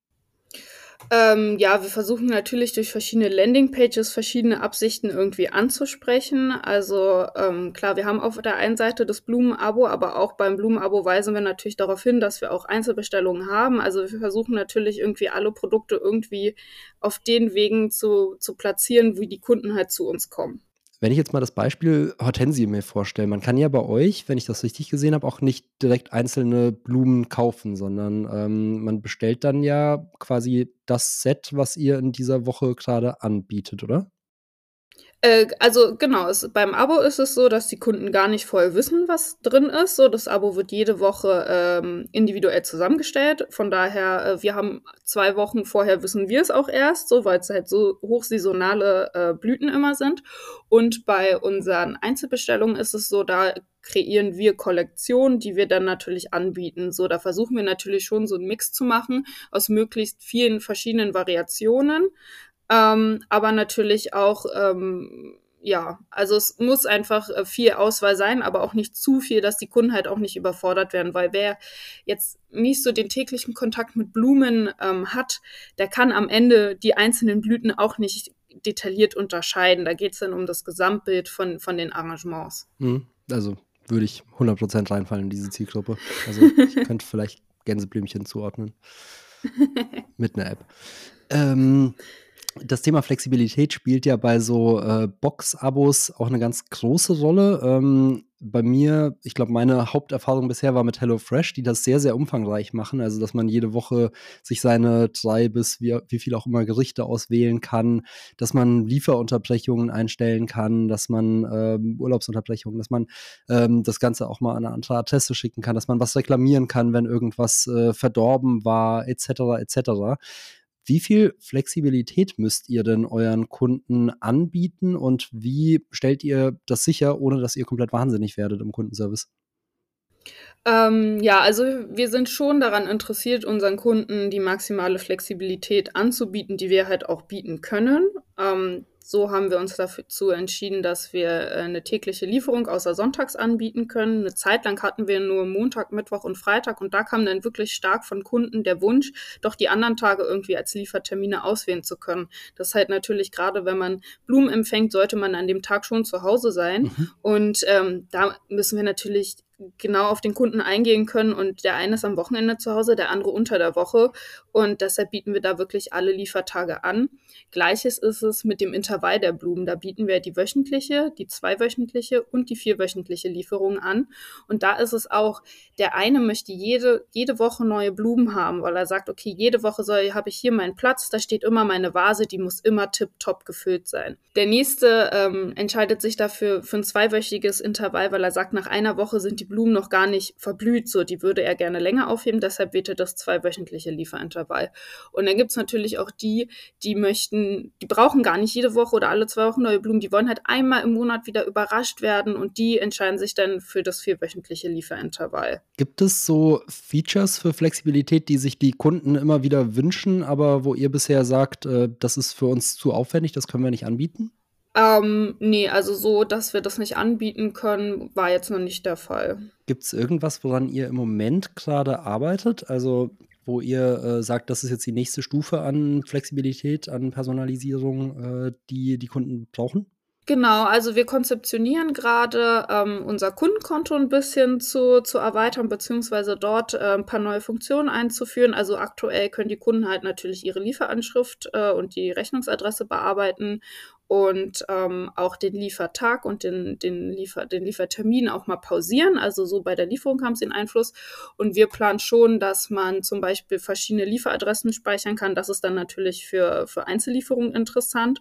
Ja, wir versuchen natürlich durch verschiedene Landingpages verschiedene Absichten irgendwie anzusprechen. Also, klar, wir haben auf der einen Seite das Blumenabo, aber auch beim Blumenabo weisen wir natürlich darauf hin, dass wir auch Einzelbestellungen haben. Also, wir versuchen natürlich irgendwie alle Produkte irgendwie auf den Wegen zu platzieren, wie die Kunden halt zu uns kommen. Wenn ich jetzt mal das Beispiel Hortensie mir vorstelle, man kann ja bei euch, wenn ich das richtig gesehen habe, auch nicht direkt einzelne Blumen kaufen, sondern, man bestellt dann ja quasi das Set, was ihr in dieser Woche gerade anbietet, oder? Also genau, beim Abo ist es so, dass die Kunden gar nicht voll wissen, was drin ist. So, das Abo wird jede Woche individuell zusammengestellt. Von daher, wir haben 2 Wochen vorher wissen wir es auch erst, so weil es halt so hochsaisonale Blüten immer sind. Und bei unseren Einzelbestellungen ist es so, da kreieren wir Kollektionen, die wir dann natürlich anbieten. So, da versuchen wir natürlich schon so einen Mix zu machen aus möglichst vielen verschiedenen Variationen. Aber natürlich auch ja, also es muss einfach viel Auswahl sein, aber auch nicht zu viel, dass die Kunden halt auch nicht überfordert werden, weil wer jetzt nicht so den täglichen Kontakt mit Blumen hat, der kann am Ende die einzelnen Blüten auch nicht detailliert unterscheiden. Da geht es dann um das Gesamtbild von den Arrangements. Also würde ich 100% reinfallen in diese Zielgruppe. Also ich könnte vielleicht Gänseblümchen zuordnen mit einer App. Das Thema Flexibilität spielt ja bei so Box-Abos auch eine ganz große Rolle. Bei mir, ich glaube, meine Haupterfahrung bisher war mit HelloFresh, die das sehr, sehr umfangreich machen. Also, dass man jede Woche sich seine 3 bis wie viel auch immer Gerichte auswählen kann, dass man Lieferunterbrechungen einstellen kann, dass man Urlaubsunterbrechungen, dass man das Ganze auch mal an eine andere Adresse schicken kann, dass man was reklamieren kann, wenn irgendwas verdorben war, etc., etc. Wie viel Flexibilität müsst ihr denn euren Kunden anbieten und wie stellt ihr das sicher, ohne dass ihr komplett wahnsinnig werdet im Kundenservice? Ja, also wir sind schon daran interessiert, unseren Kunden die maximale Flexibilität anzubieten, die wir halt auch bieten können. So haben wir uns dazu entschieden, dass wir eine tägliche Lieferung außer sonntags anbieten können. Eine Zeit lang hatten wir nur Montag, Mittwoch und Freitag und da kam dann wirklich stark von Kunden der Wunsch, doch die anderen Tage irgendwie als Liefertermine auswählen zu können. Das ist halt natürlich gerade, wenn man Blumen empfängt, sollte man an dem Tag schon zu Hause sein. Und da müssen wir natürlich genau auf den Kunden eingehen können und der eine ist am Wochenende zu Hause, der andere unter der Woche und deshalb bieten wir da wirklich alle Liefertage an. Gleiches ist es mit dem Intervall der Blumen. Da bieten wir die wöchentliche, die zweiwöchentliche und die vierwöchentliche Lieferung an und da ist es auch, der eine möchte jede Woche neue Blumen haben, weil er sagt, okay, jede Woche habe ich hier meinen Platz, da steht immer meine Vase, die muss immer tipptopp gefüllt sein. Der nächste entscheidet sich dafür für ein zweiwöchiges Intervall, weil er sagt, nach einer Woche sind die Blumen noch gar nicht verblüht, so die würde er gerne länger aufheben, deshalb wählt er das zweiwöchentliche Lieferintervall. Und dann gibt's natürlich auch die brauchen gar nicht jede Woche oder alle 2 Wochen neue Blumen, die wollen halt einmal im Monat wieder überrascht werden und die entscheiden sich dann für das vierwöchentliche Lieferintervall. Gibt es so Features für Flexibilität, die sich die Kunden immer wieder wünschen, aber wo ihr bisher sagt, das ist für uns zu aufwendig, das können wir nicht anbieten? Nee, also so, dass wir das nicht anbieten können, war jetzt noch nicht der Fall. Gibt es irgendwas, woran ihr im Moment gerade arbeitet? Also, wo ihr sagt, das ist jetzt die nächste Stufe an Flexibilität, an Personalisierung, die die Kunden brauchen? Genau, also wir konzeptionieren gerade unser Kundenkonto ein bisschen zu erweitern, beziehungsweise dort ein paar neue Funktionen einzuführen. Also aktuell können die Kunden halt natürlich ihre Lieferanschrift und die Rechnungsadresse bearbeiten und auch den Liefertag und den Liefertermin auch mal pausieren. Also so bei der Lieferung haben sie einen Einfluss. Und wir planen schon, dass man zum Beispiel verschiedene Lieferadressen speichern kann. Das ist dann natürlich für Einzellieferungen interessant.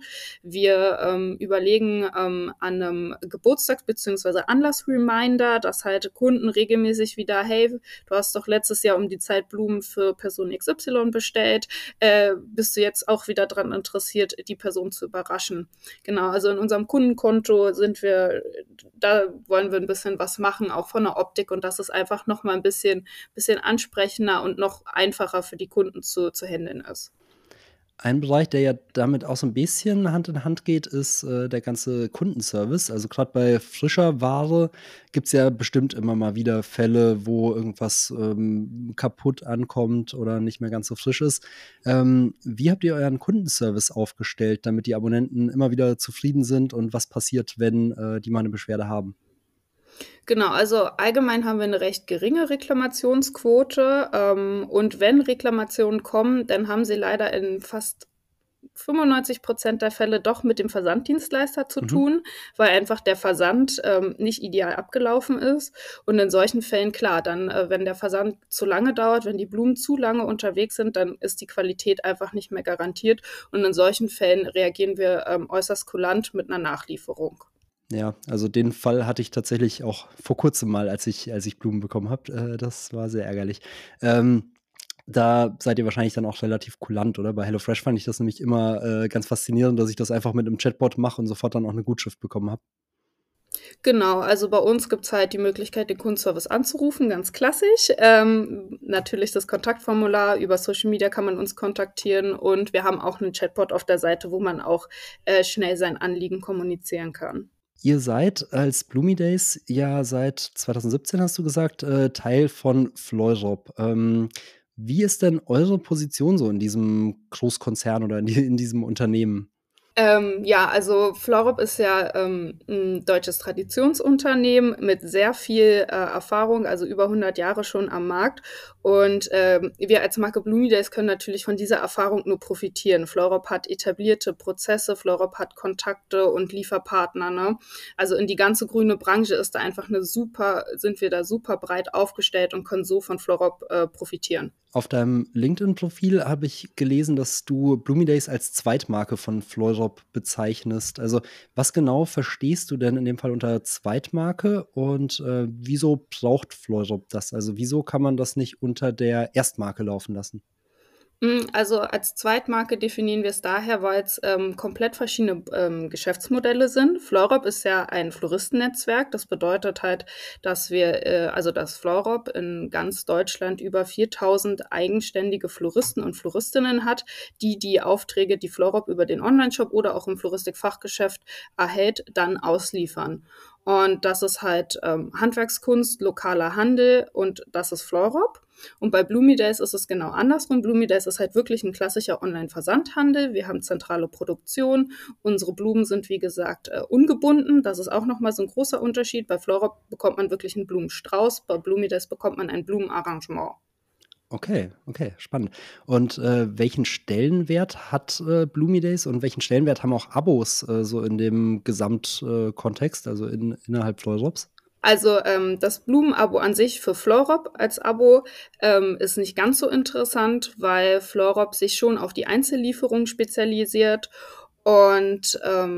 Wir überlegen an einem Geburtstags- bzw. Anlass-Reminder, dass halt Kunden regelmäßig wieder, hey, du hast doch letztes Jahr um die Zeit Blumen für Person XY bestellt, bist du jetzt auch wieder daran interessiert, die Person zu überraschen. Genau, also in unserem Kundenkonto da wollen wir ein bisschen was machen, auch von der Optik und dass es einfach nochmal ein bisschen ansprechender und noch einfacher für die Kunden zu handeln ist. Ein Bereich, der ja damit auch so ein bisschen Hand in Hand geht, ist der ganze Kundenservice. Also, gerade bei frischer Ware gibt's ja bestimmt immer mal wieder Fälle, wo irgendwas kaputt ankommt oder nicht mehr ganz so frisch ist. Wie habt ihr euren Kundenservice aufgestellt, damit die Abonnenten immer wieder zufrieden sind und was passiert, wenn die mal 'ne Beschwerde haben? Genau, also allgemein haben wir eine recht geringe Reklamationsquote, und wenn Reklamationen kommen, dann haben sie leider in fast 95% der Fälle doch mit dem Versanddienstleister zu Mhm. tun, weil einfach der Versand nicht ideal abgelaufen ist. Und in solchen Fällen, klar, dann, wenn der Versand zu lange dauert, wenn die Blumen zu lange unterwegs sind, dann ist die Qualität einfach nicht mehr garantiert. Und in solchen Fällen reagieren wir äußerst kulant mit einer Nachlieferung. Ja, also den Fall hatte ich tatsächlich auch vor Kurzem mal, als ich Blumen bekommen habe. Das war sehr ärgerlich. Da seid ihr wahrscheinlich dann auch relativ kulant, oder? Bei HelloFresh fand ich das nämlich immer ganz faszinierend, dass ich das einfach mit 'nem Chatbot mache und sofort dann auch 'ne Gutschrift bekommen habe. Genau, also bei uns gibt's halt die Möglichkeit, den Kundenservice anzurufen, ganz klassisch. Natürlich das Kontaktformular, über Social Media kann man uns kontaktieren und wir haben auch einen Chatbot auf der Seite, wo man auch schnell sein Anliegen kommunizieren kann. Ihr seid als Bloomy Days ja seit 2017, hast du gesagt, Teil von Fleurop. Wie ist denn eure Position so in diesem Großkonzern oder in diesem Unternehmen? Ja, also Florop ist ja 'n deutsches Traditionsunternehmen mit sehr viel Erfahrung, also über 100 Jahre schon am Markt. Und wir als Marke Bloomy Days können natürlich von dieser Erfahrung nur profitieren. Florop hat etablierte Prozesse, Florop hat Kontakte und Lieferpartner, ne? Also in die ganze grüne Branche ist da einfach sind wir da super breit aufgestellt und können so von Florop profitieren. Auf deinem LinkedIn-Profil habe ich gelesen, dass du Bloomy Days als Zweitmarke von Fleurop bezeichnest. Also, was genau verstehst du denn in dem Fall unter Zweitmarke und, wieso braucht Fleurop das? Also, wieso kann man das nicht unter der Erstmarke laufen lassen? Also als Zweitmarke definieren wir es daher, weil's komplett verschiedene Geschäftsmodelle sind. Florop ist ja ein Floristennetzwerk. Das bedeutet halt, dass Florop in ganz Deutschland über 4.000 eigenständige Floristen und Floristinnen hat, die Aufträge, die Florop über den Onlineshop oder auch im Floristikfachgeschäft erhält, dann ausliefern. Und das ist halt Handwerkskunst, lokaler Handel und das ist Florop. Und bei Bloomy Days ist es genau andersrum. Bloomy Days ist halt wirklich ein klassischer Online-Versandhandel. Wir haben zentrale Produktion. Unsere Blumen sind, wie gesagt, ungebunden. Das ist auch nochmal so ein großer Unterschied. Bei Flora bekommt man wirklich einen Blumenstrauß. Bei Bloomy Days bekommt man ein Blumenarrangement. Okay, okay, spannend. Und, welchen Stellenwert hat, Bloomy Days und welchen Stellenwert haben auch Abos, so in dem Gesamtkontext, Kontext, also innerhalb Fleurops? Also das Blumenabo an sich für Florop als Abo ist nicht ganz so interessant, weil Florop sich schon auf die Einzellieferung spezialisiert. Und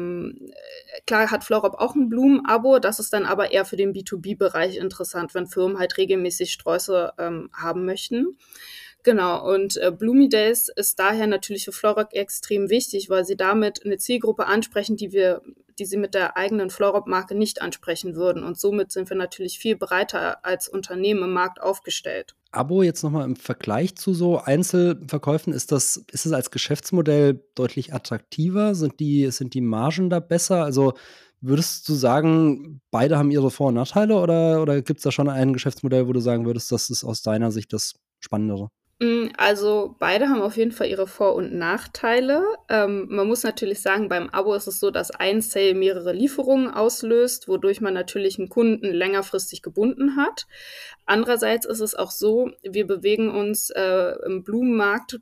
klar hat Florop auch ein Blumenabo, das ist dann aber eher für den B2B-Bereich interessant, wenn Firmen halt regelmäßig Sträuße haben möchten. Genau, und Bloomy Days ist daher natürlich für Florop extrem wichtig, weil sie damit eine Zielgruppe ansprechen, die sie mit der eigenen Florop-Marke nicht ansprechen würden. Und somit sind wir natürlich viel breiter als Unternehmen im Markt aufgestellt. Abo jetzt noch mal im Vergleich zu so Einzelverkäufen, ist es als Geschäftsmodell deutlich attraktiver? Sind die Margen da besser? Also, würdest du sagen, beide haben ihre Vor und Nachteile oder gibt's da schon ein Geschäftsmodell, wo du sagen würdest, das ist aus deiner Sicht das Spannendere? Also, beide haben auf jeden Fall ihre Vor und Nachteile. Man muss natürlich sagen, beim Abo ist es so, dass ein Sale mehrere Lieferungen auslöst, wodurch man natürlich 'n Kunden längerfristig gebunden hat. Andererseits ist es auch so, wir bewegen uns im Blumenmarkt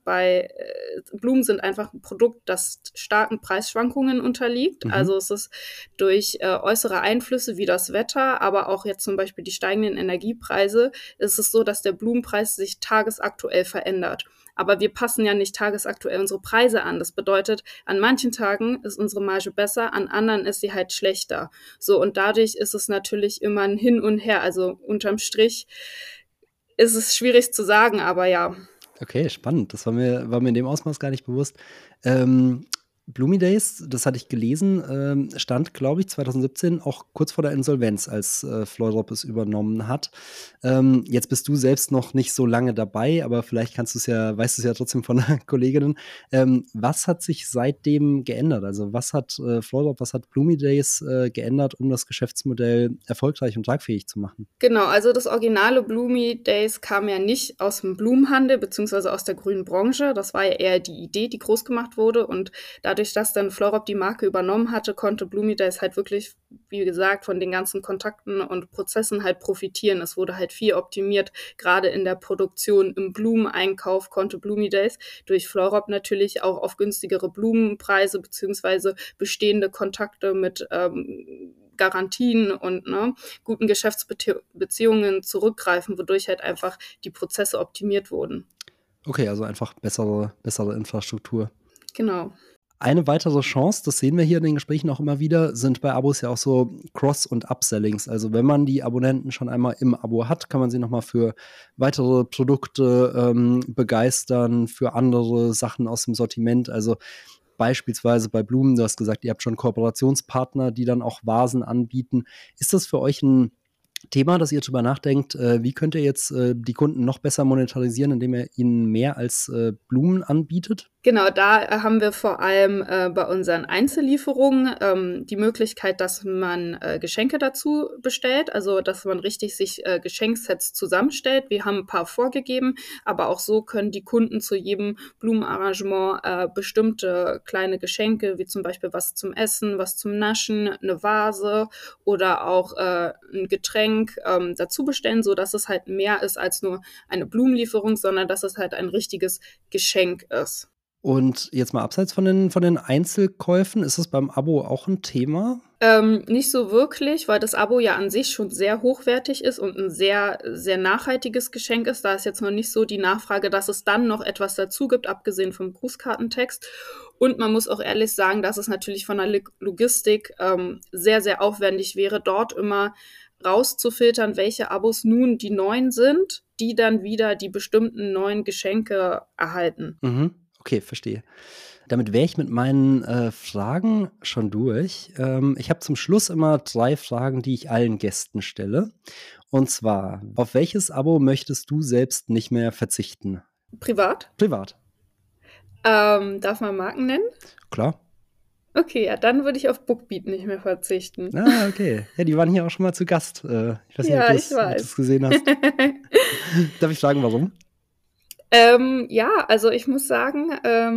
Blumen sind einfach 'n Produkt, das starken Preisschwankungen unterliegt. Mhm. Also, es ist durch äußere Einflüsse wie das Wetter, aber auch jetzt zum Beispiel die steigenden Energiepreise ist es so, dass der Blumenpreis sich tagesaktuell verändert. Aber wir passen ja nicht tagesaktuell unsere Preise an. Das bedeutet, an manchen Tagen ist unsere Marge besser, an anderen ist sie halt schlechter. So, und dadurch ist es natürlich immer ein Hin und Her. Also unterm Strich ist es schwierig zu sagen, aber ja. Okay, spannend. Das war mir in dem Ausmaß gar nicht bewusst. Ähm, Bloomy Days, das hatte ich gelesen, stand, glaube ich, 2017 auch kurz vor der Insolvenz, als, Fleurop es übernommen hat. Jetzt bist du selbst noch nicht so lange dabei, aber vielleicht weißt du's ja trotzdem von Kolleginnen. Was hat sich seitdem geändert? Also, was hat Bloomy Days, geändert, um das Geschäftsmodell erfolgreich und tragfähig zu machen? Genau, also das originale Bloomy Days kam ja nicht aus dem Blumenhandel beziehungsweise aus der grünen Branche. Das war ja eher die Idee, die groß gemacht wurde. Und dadurch, dass dann Florop die Marke übernommen hatte, konnte Bloomy Days halt wirklich, wie gesagt, von den ganzen Kontakten und Prozessen halt profitieren. Es wurde halt viel optimiert. Gerade in der Produktion, im Blumeneinkauf konnte Bloomy Days durch Florop natürlich auch auf günstigere Blumenpreise beziehungsweise bestehende Kontakte mit Garantien und guten Geschäftsbeziehungen zurückgreifen, wodurch halt einfach die Prozesse optimiert wurden. Okay, also einfach bessere Infrastruktur. Genau. Eine weitere Chance, das sehen wir hier in den Gesprächen auch immer wieder, sind bei Abos ja auch so Cross und Upsellings. Also, wenn man die Abonnenten schon einmal im Abo hat, kann man sie noch mal für weitere Produkte, begeistern, für andere Sachen aus dem Sortiment. Also, beispielsweise bei Blumen, du hast gesagt, ihr habt schon Kooperationspartner, die dann auch Vasen anbieten. Ist das für euch ein Thema, dass ihr drüber nachdenkt, wie könnt ihr jetzt die Kunden noch besser monetarisieren, indem ihr ihnen mehr als Blumen anbietet? Genau, da haben wir vor allem bei unseren Einzellieferungen die Möglichkeit, dass man Geschenke dazu bestellt, also dass man richtig sich Geschenksets zusammenstellt. Wir haben ein paar vorgegeben, aber auch so können die Kunden zu jedem Blumenarrangement bestimmte kleine Geschenke, wie zum Beispiel was zum Essen, was zum Naschen, eine Vase oder auch ein Getränk dazu bestellen, sodass es halt mehr ist als nur eine Blumenlieferung, sondern dass es halt ein richtiges Geschenk ist. Und jetzt mal abseits von den Einzelkäufen, ist das beim Abo auch ein Thema? Nicht so wirklich, weil das Abo ja an sich schon sehr hochwertig ist und ein sehr, sehr nachhaltiges Geschenk ist. Da ist jetzt noch nicht so die Nachfrage, dass es dann noch etwas dazu gibt, abgesehen vom Grußkartentext. Und man muss auch ehrlich sagen, dass es natürlich von der Logistik sehr, sehr aufwendig wäre, dort immer rauszufiltern, welche Abos nun die neuen sind, die dann wieder die bestimmten neuen Geschenke erhalten. Mhm. Okay, verstehe. Damit wäre ich mit meinen Fragen schon durch. Ich habe zum Schluss immer 3 Fragen, die ich allen Gästen stelle. Und zwar, auf welches Abo möchtest du selbst nicht mehr verzichten? Privat? Privat. Darf man Marken nennen? Klar. Okay, ja, dann würde ich auf Bookbeat nicht mehr verzichten. Ah, okay. Ja, die waren hier auch schon mal zu Gast. Ich weiß nicht, Ja, ob ich du weiß. das gesehen hast. Darf ich fragen, warum? Ja, also ich muss sagen,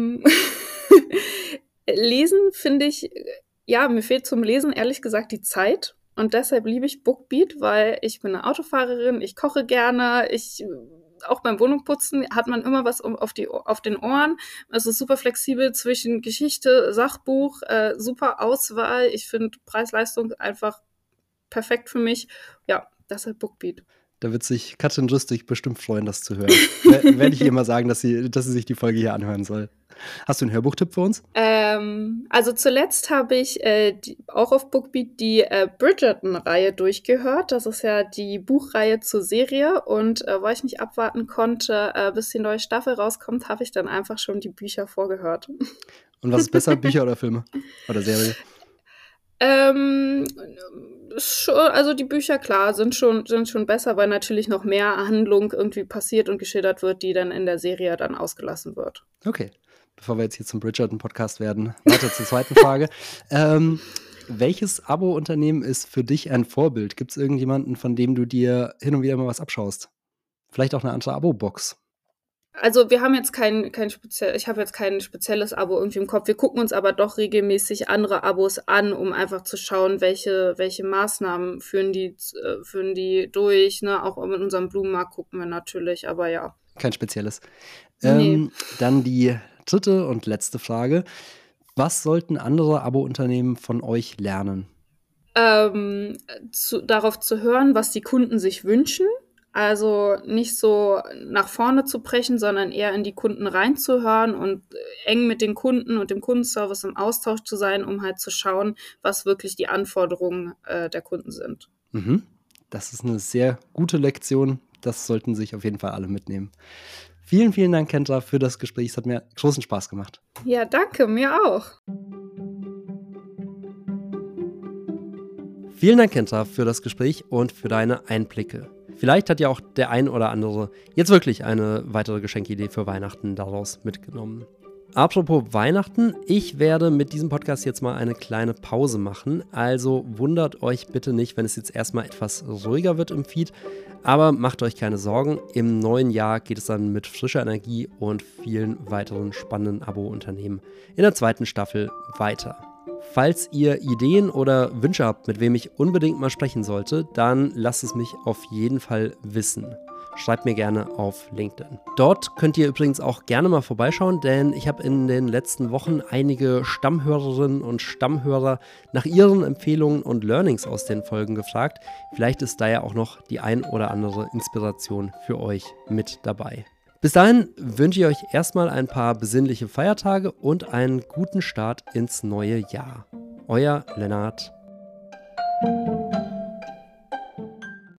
Lesen finde ich, ja, mir fehlt zum Lesen ehrlich gesagt die Zeit. Und deshalb liebe ich Bookbeat, weil ich bin eine Autofahrerin, ich koche gerne, auch beim Wohnungputzen hat man immer was auf den Ohren. Es ist super flexibel zwischen Geschichte, Sachbuch, super Auswahl. Ich finde Preis-Leistung einfach perfekt für mich. Ja, deshalb Bookbeat. Da wird sich Katrin Rüstig bestimmt freuen, das zu hören. Werde ich ihr mal sagen, dass sie sich die Folge hier anhören soll. Hast du einen Hörbuchtipp für uns? Also zuletzt habe ich auch auf Bookbeat die Bridgerton-Reihe durchgehört. Das ist ja die Buchreihe zur Serie. Und weil ich nicht abwarten konnte, bis die neue Staffel rauskommt, habe ich dann einfach schon die Bücher vorgehört. Und was ist besser, Bücher oder Filme? Oder Serie? Also die Bücher, klar, sind schon besser, weil natürlich noch mehr Handlung irgendwie passiert und geschildert wird, die dann in der Serie dann ausgelassen wird. Okay, bevor wir jetzt hier zum Bridgerton-Podcast werden, weiter zur zweiten Frage. Welches Abo-Unternehmen ist für dich ein Vorbild? Gibt es irgendjemanden, von dem du dir hin und wieder mal was abschaust? Vielleicht auch eine andere Abo-Box? Also wir haben jetzt ich habe jetzt kein spezielles Abo irgendwie im Kopf. Wir gucken uns aber doch regelmäßig andere Abos an, um einfach zu schauen, welche Maßnahmen führen die durch. Ne? Auch in unserem Blumenmarkt gucken wir natürlich, aber ja. Kein spezielles. Nee. Dann die dritte und letzte Frage. Was sollten andere Abo-Unternehmen von euch lernen? Darauf zu hören, was die Kunden sich wünschen. Also nicht so nach vorne zu brechen, sondern eher in die Kunden reinzuhören und eng mit den Kunden und dem Kundenservice im Austausch zu sein, um halt zu schauen, was wirklich die Anforderungen der Kunden sind. Mhm. Das ist eine sehr gute Lektion. Das sollten sich auf jeden Fall alle mitnehmen. Vielen, vielen Dank, Kendra, für das Gespräch. Es hat mir großen Spaß gemacht. Ja, danke, mir auch. Vielen Dank, Kendra, für das Gespräch und für deine Einblicke. Vielleicht hat ja auch der ein oder andere jetzt wirklich eine weitere Geschenkidee für Weihnachten daraus mitgenommen. Apropos Weihnachten, ich werde mit diesem Podcast jetzt mal eine kleine Pause machen, also wundert euch bitte nicht, wenn es jetzt erstmal etwas ruhiger wird im Feed, aber macht euch keine Sorgen, im neuen Jahr geht es dann mit frischer Energie und vielen weiteren spannenden Abo-Unternehmen in der zweiten Staffel weiter. Falls ihr Ideen oder Wünsche habt, mit wem ich unbedingt mal sprechen sollte, dann lasst es mich auf jeden Fall wissen. Schreibt mir gerne auf LinkedIn. Dort könnt ihr übrigens auch gerne mal vorbeischauen, denn ich habe in den letzten Wochen einige Stammhörerinnen und Stammhörer nach ihren Empfehlungen und Learnings aus den Folgen gefragt. Vielleicht ist da ja auch noch die ein oder andere Inspiration für euch mit dabei. Bis dahin wünsche ich euch erstmal ein paar besinnliche Feiertage und einen guten Start ins neue Jahr. Euer Lennart.